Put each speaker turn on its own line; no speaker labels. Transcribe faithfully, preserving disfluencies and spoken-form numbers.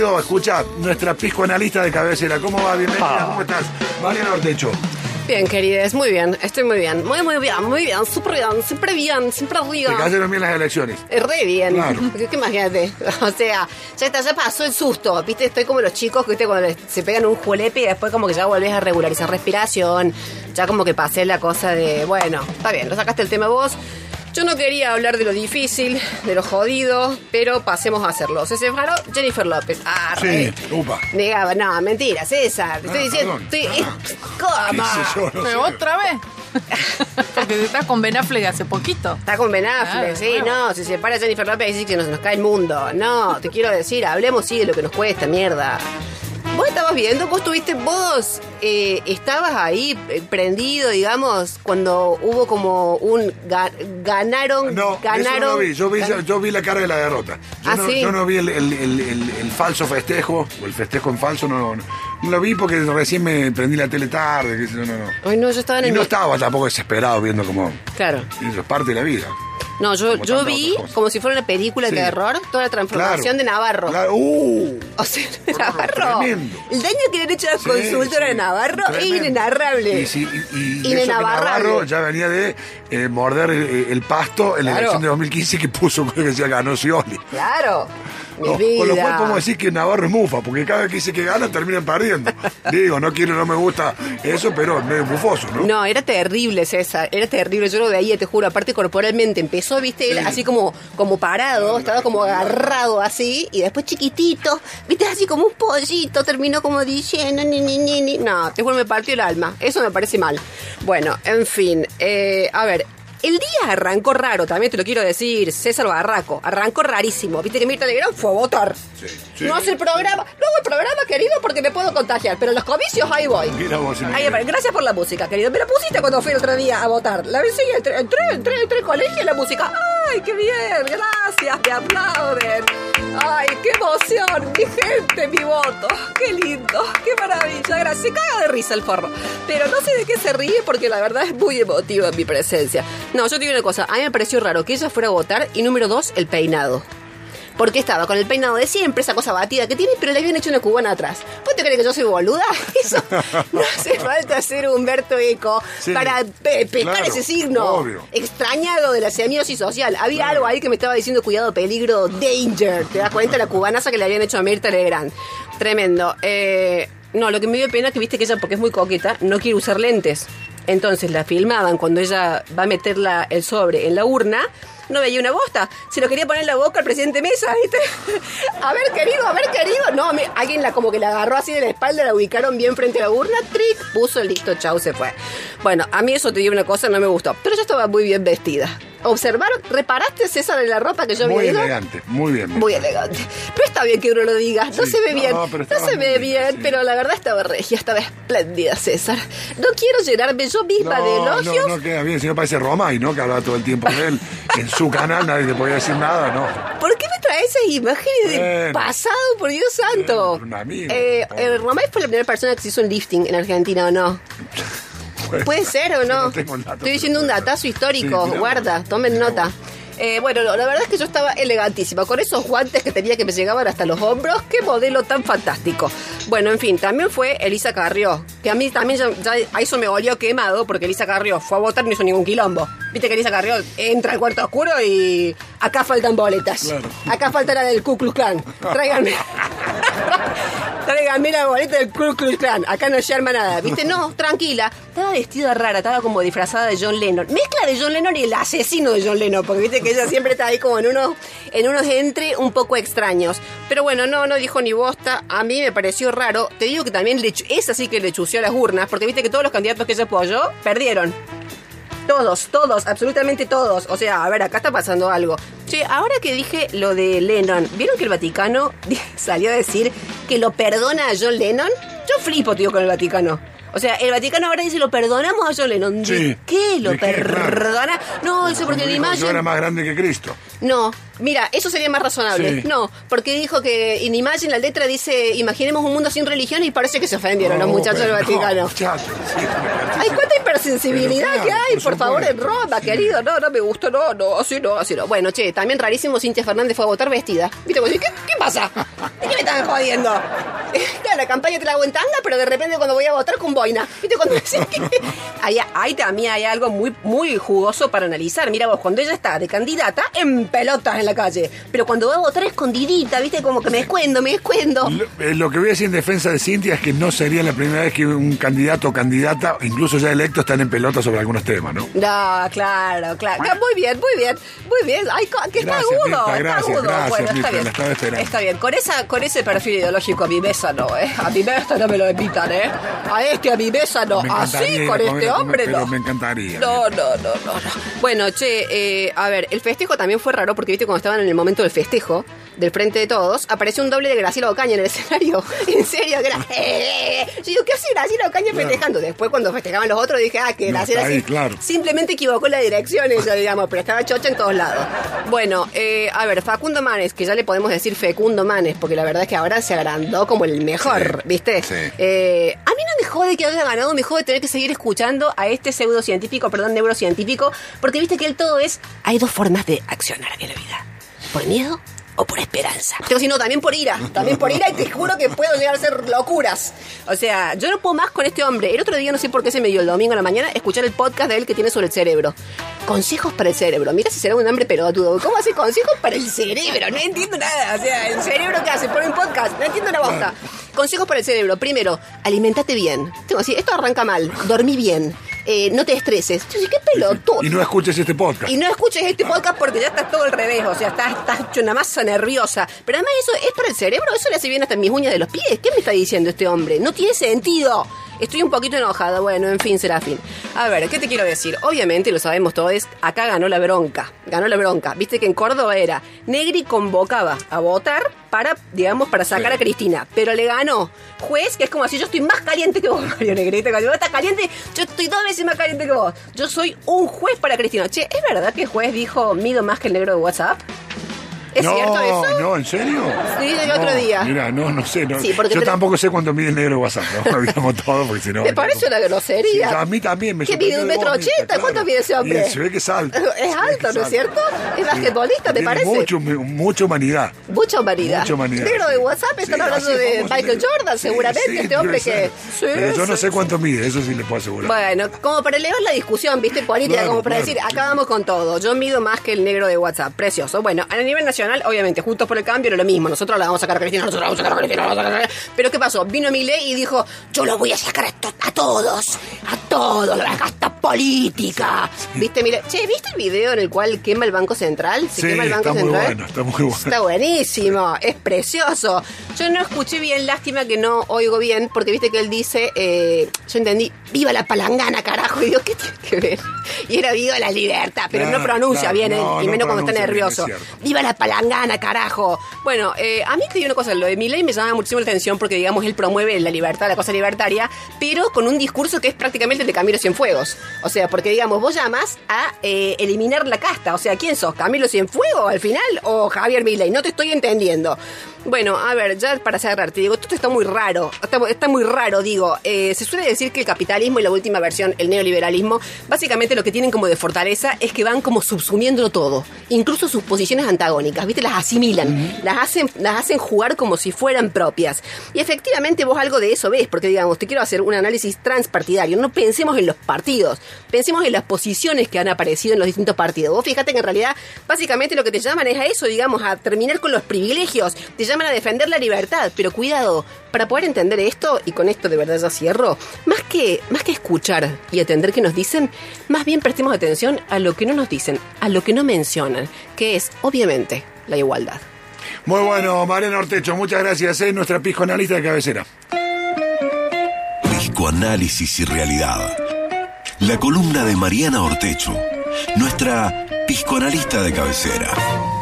Escucha, nuestra piscoanalista de cabecera. ¿Cómo va? Bienvenida, ah. ¿Cómo estás? Mariana Ortecho.
Bien, querides, muy bien, estoy muy bien. Muy, muy bien, muy bien, súper bien, siempre bien, siempre arriba.
Te cayeron bien las elecciones.
Re bien.
Claro.
¿Qué imagínate? O sea, ya está, ya pasó el susto. Viste, estoy como los chicos que, viste, cuando les, se pegan un julepe y después como que ya volvés a regularizar respiración. Ya como que pasé la cosa de, bueno, está bien, lo sacaste el tema vos. Yo no quería hablar de lo difícil, de lo jodido, pero pasemos a hacerlo. Se separó Jennifer López. Ah,
sí, upa.
Negaba, no, mentira, César. Te estoy
ah,
diciendo. Estoy,
ah,
¿Cómo?
Yo, no
¿Pero otra vez? Porque está con Ben Affleck hace poquito.
Está con Ben Affleck, claro, sí, bueno. No, si se separa Jennifer López y dice que nos, nos cae el mundo. No, te quiero decir, hablemos sí de lo que nos cuesta, mierda. Vos estabas viendo, vos tuviste, vos eh, estabas ahí eh, prendido, digamos, cuando hubo como un ga, ganaron,
no,
ganaron.
Eso no lo vi. Yo vi, yo vi la cara de la derrota. Yo,
¿Ah,
no,
sí?
yo no vi el, el, el, el, el falso festejo, o el festejo en falso, no, no, no lo vi porque recién me prendí la tele tarde, que no, no, no.
Ay, no, yo estaba en
y
el...
no estaba tampoco desesperado viendo como...
Claro.
Eso es parte de la vida.
No, yo, yo vi como si fuera una película sí. de terror, toda la transformación claro, de Navarro.
Claro, uh,
o sea, de Navarro.
Tremendo.
El daño que le han hecho a la sí, consultora sí, de Navarro tremendo. Es inenarrable.
Y, sí, y, y,
y
Navarro ya venía de eh, morder el, el pasto en la claro. elección de dos mil quince que puso, creo que se ganó Scioli.
Claro.
No, con lo cual podemos decir que Navarro es mufa, porque cada vez que dice que gana terminan perdiendo. Digo, no quiero, no me gusta eso, pero es medio bufoso, ¿no?
No, era terrible, César, era terrible. Yo lo veía, te juro, aparte corporalmente empezó, viste, sí. él así como, como parado, estaba como agarrado así, y después chiquitito, viste, así como un pollito, terminó como diciendo, ni, ni, ni, ni. No, te juro, me partió el alma. Eso me parece mal. Bueno, en fin, eh, a ver. El día arrancó raro, también te lo quiero decir, César Barraco, arrancó rarísimo. Viste que Mirta Legrand fue a votar. Sí, sí. No hace el programa, no hago el programa, querido, porque me puedo contagiar, pero en los comicios ahí voy.
Mira vos,
ahí, gracias por la música, querido. Me la pusiste cuando fui el otro día a votar. La vez sí, entré, entré, entré, entré al colegio y la música. ¡Ay, qué bien! Gracias, me aplauden. ¡Ay, qué emoción! Mi gente, mi voto. ¡Qué lindo! ¡Qué maravilla! Gracias. Se caga de risa el forro. Pero no sé de qué se ríe porque la verdad es muy emotiva mi presencia. No, yo te digo una cosa, a mí me pareció raro que ella fuera a votar y número dos, el peinado. Porque estaba con el peinado de siempre, esa cosa batida que tiene, pero le habían hecho una cubana atrás. ¿Vos te crees que yo soy boluda? Eso no hace falta ser Humberto Eco sí, para pe pescar claro, ese signo
obvio.
Extrañado de la semiosis social. Había claro. algo ahí que me estaba diciendo, cuidado, peligro, danger. ¿Te das cuenta? La cubanaza que le habían hecho a Mirta Legrand. Tremendo. Eh, no, lo que me dio pena es que viste que ella, porque es muy coqueta, no quiere usar lentes. Entonces la filmaban cuando ella va a meter la, el sobre en la urna. No veía una bosta. Se lo quería poner en la boca al presidente Mesa, ¿viste? A ver, querido, a ver, querido. No, me, alguien la, como que la agarró así de la espalda, la ubicaron bien frente a la urna, tric, puso, listo, chau, se fue. Bueno, a mí eso te digo una cosa, no me gustó. Pero yo estaba muy bien vestida. ¿Observaron? ¿Reparaste, César, en la ropa que yo
muy
había ido?
Muy elegante, muy bien.
Muy elegante. Pero está bien que uno lo diga. No sí, se ve bien. No, no se ve bien, sí. Pero la verdad estaba regia, estaba espléndida, César. No quiero llenarme yo misma
no,
de elogios.
No, no queda bien. Si no parece Romay, ¿no? Que hablaba todo el tiempo de él. En su canal nadie te podía decir nada, ¿no?
¿Por qué me traes esas imágenes del bueno, pasado, por Dios santo?
Un amigo.
Eh, eh, Romay fue la primera persona que se hizo un lifting en Argentina, ¿o no? Bueno, ¿puede ser o no? No tengo el dato, estoy diciendo un datazo histórico, sí, guarda, tomen nota. Eh, bueno, la verdad es que yo estaba elegantísima, con esos guantes que tenía que me llegaban hasta los hombros. ¡Qué modelo tan fantástico! Bueno, en fin, también fue Elisa Carrió, que a mí también ya, ya a eso me olió quemado, porque Elisa Carrió fue a votar y no hizo ningún quilombo. Viste que Elisa Carrió entra al cuarto oscuro y acá faltan boletas. Claro. Acá falta la del Ku Klux Klan. Tráiganme. Tráiganme la boleta del Ku Klux Klan. Acá no se arma nada. ¿Viste? No, tranquila. Estaba vestida rara, estaba como disfrazada de John Lennon. Mezcla de John Lennon y el asesino de John Lennon, porque viste que ella siempre está ahí como en unos, en unos entre un poco extraños. Pero bueno, no, no dijo ni bosta. A mí me pareció raro. Te digo que también le, esa sí que le chució a las urnas, porque viste que todos los candidatos que ella apoyó perdieron. Todos, todos, absolutamente todos. O sea, a ver, acá está pasando algo. Che, ahora que dije lo de Lennon, ¿vieron que el Vaticano salió a decir que lo perdona a John Lennon? Yo flipo, tío, con el Vaticano. O sea, el Vaticano ahora dice, lo perdonamos a John Lennon.
Sí.
¿De qué lo
¿De qué?
perdona? No, eso porque en
Dijo,
Imagine...
yo era más grande que Cristo.
No, mira, eso sería más razonable.
Sí.
No, porque dijo que en Imagine la letra dice, imaginemos un mundo sin religión, y parece que se ofendieron
No,
los muchachos
pero
del Vaticano.
No, muchachos, sí,
Ay, cuánta hipersensibilidad
Pero claro,
que hay,
por
por favor, en
supuesto.
Roma,
Sí.
querido. No, no me gustó, no, no, así no, así no. Bueno, che, también rarísimo, Cintia Fernández fue a votar vestida. ¿Viste? ¿Qué, qué pasa? ¿De qué me están jodiendo? Claro, la campaña te la hago en tanga, pero de repente cuando voy a votar con boina. ¿Viste? Cuando decís que... Ahí, ahí también hay algo muy, muy jugoso para analizar. Mira vos, cuando ella está de candidata, en pelotas en la calle. Pero cuando va a votar escondidita, ¿viste? Como que me descuendo, me descuendo.
Lo, eh, lo que voy a decir en defensa de Cintia es que no sería la primera vez que un candidato o candidata, incluso ya electo, están en pelota sobre algunos temas, ¿no?
No, claro, claro. Muy bien, muy bien, muy bien. Ay, co- que está
Gracias,
agudo,
Mirta,
está
gracias,
agudo.
gracias,
Bueno, está
Mirta,
bien.
la estaba esperando.
Está bien. Con esa, con ese perfil ideológico a mi mesa no, ¿eh? A mi mesa no me lo invitan, ¿eh? A este, a mi mesa no.
Me encantaría
Así,
ir
con
a comer,
este
a comer,
hombre
pero
no.
me encantaría.
No, no, no, no, no. Bueno, che, eh, a ver, el festejo también fue raro porque, viste, cuando estaban en el momento del festejo, del Frente de Todos, apareció un doble de Graciela Ocaña en el escenario. En serio, que era... Eh, yo digo, ¿qué hace Graciela Ocaña
Claro.
festejando? Después, cuando festejaban los otros, dije, ah, que
No,
Graciela
está ahí,
sí-
claro.
simplemente equivocó la dirección, eso, digamos, pero estaba chocha en todos lados. Bueno, eh, a ver, Facundo Manes, que ya le podemos decir Fecundo Manes, porque la verdad es que ahora se agrandó como el mejor,
Sí,
¿viste?
sí.
Eh, a mí no me jode que haya ganado, me jode tener que seguir escuchando a este pseudocientífico, perdón, neurocientífico, porque viste que él todo es... Hay dos formas de accionar en la vida. Por miedo o por esperanza. Pero si no, también por ira. También por ira, y te juro que puedo llegar a hacer locuras. O sea, yo no puedo más con este hombre. El otro día, no sé por qué se me dio el domingo en la mañana, escuchar el podcast de él que tiene sobre el cerebro. Consejos para el cerebro. Mira si será un hombre pelotudo. ¿Cómo hace consejos para el cerebro? No entiendo nada. O sea, ¿el cerebro qué hace? Pone un podcast. No entiendo una bosta. Consejos para el cerebro. Primero, alimentate bien. Tengo así, esto arranca mal. Dormí bien. Eh, no te estreses. Yo dije, qué pelotudo.
Y no escuches este podcast.
Y no escuches este podcast porque ya estás todo al revés, o sea, estás, estás hecho una masa nerviosa. Pero además eso es para el cerebro, eso le hace bien hasta mis uñas de los pies. ¿Qué me está diciendo este hombre? No tiene sentido. Estoy un poquito enojada, bueno, en fin, Serafín. A ver, ¿qué te quiero decir? Obviamente, lo sabemos todos, acá ganó la bronca, ganó la bronca. Viste que en Córdoba era, Negri convocaba a votar para, digamos, para sacar
Sí.
a Cristina, pero le ganó juez, que es como así, yo estoy más caliente que vos, Mario Negrete, cuando vos estás caliente, yo estoy dos veces más caliente que vos. Yo soy un juez para Cristina. Che, ¿es verdad que el juez dijo, mido más que el negro de WhatsApp? ¿Es
no,
cierto eso?
no, ¿en serio?
Sí, el
No,
otro día.
Mira, no, no sé. No.
Sí, porque
Yo
te-
tampoco sé cuánto mide el negro de WhatsApp, ¿no? Olvidamos todo, porque si no...
Me parece una grosería.
Sí, a mí también me
¿Qué mide, un
sorprendió de
metro
vos, Mirta,
ochenta?
claro.
¿Cuánto mide ese hombre?
Y se ve que es alto.
Es
Se ve
alto,
que
¿no es cierto? Es basquetbolista, ¿te
Tiene
parece?
Mucho, mucha humanidad.
Mucha humanidad.
Mucha humanidad.
Negro de
sí.
WhatsApp, están
Sí,
hablando
así
de
famoso,
Michael
negro.
Jordan,
Sí,
seguramente,
sí,
este hombre
debe
que...
ser.
Sí,
Pero yo no
sí.
sé cuánto mide, eso sí le puedo asegurar.
Bueno, como para elevar la discusión, viste, política,
Claro,
como para
claro.
decir, acabamos con todo. Yo mido más que el negro de WhatsApp. Precioso. Bueno, a nivel nacional, obviamente, Juntos por el Cambio era lo mismo. Nosotros la vamos a sacar a Cristina, nosotros la vamos a sacar a Cristina, la vamos a sacar a Cristina. Pero ¿qué pasó? Vino Milei y dijo, yo lo voy a sacar a, to- a todos, a todos, la casta política. ¿Viste, Milei? Che, ¿viste el video en el cual quema el Banco Central? Se
Sí,
quema el Banco
está muy
Central.
bueno, está muy bueno.
Está buenísimo, es precioso. Yo no escuché bien, lástima que no oigo bien, porque viste que él dice, eh, yo entendí, viva la palangana, carajo. Y digo, ¿qué tiene que ver? Y era viva la libertad, pero
Claro,
no pronuncia
claro,
bien,
no,
él, y
no
menos cuando está
pronuncia bien,
nervioso.
es cierto.
Viva la palangana, carajo. Bueno, eh, a mí te digo una cosa, lo de Milei me llama muchísimo la atención porque, digamos, él promueve la libertad, la cosa libertaria, pero con un discurso que es prácticamente el de Camilo Cienfuegos. O sea, porque, digamos, vos llamas a eh, eliminar la casta. O sea, ¿quién sos? ¿Camilo Cienfuegos al final o Javier Milei? No te estoy entendiendo. Bueno, a ver, ya para cerrar, te digo, esto está muy raro, está, está muy raro, digo, eh, se suele decir que el capitalismo y la última versión, el neoliberalismo, básicamente lo que tienen como de fortaleza es que van como subsumiéndolo todo, incluso sus posiciones antagónicas, ¿viste? Las asimilan, uh-huh. las hacen las hacen jugar como si fueran propias. Y efectivamente vos algo de eso ves, porque digamos, te quiero hacer un análisis transpartidario, no pensemos en los partidos, pensemos en las posiciones que han aparecido en los distintos partidos. Vos fíjate que en realidad, básicamente lo que te llaman es a eso, digamos, a terminar con los privilegios, te llaman a defender la libertad, pero cuidado, para poder entender esto, y con esto de verdad ya cierro, más que, más que escuchar y atender qué nos dicen, más bien prestemos atención a lo que no nos dicen, a lo que no mencionan, que es, obviamente, la igualdad.
Muy bueno, Mariana Ortecho, muchas gracias, es nuestra piscoanalista de cabecera.
Piscoanálisis y realidad. La columna de Mariana Ortecho, nuestra piscoanalista de cabecera.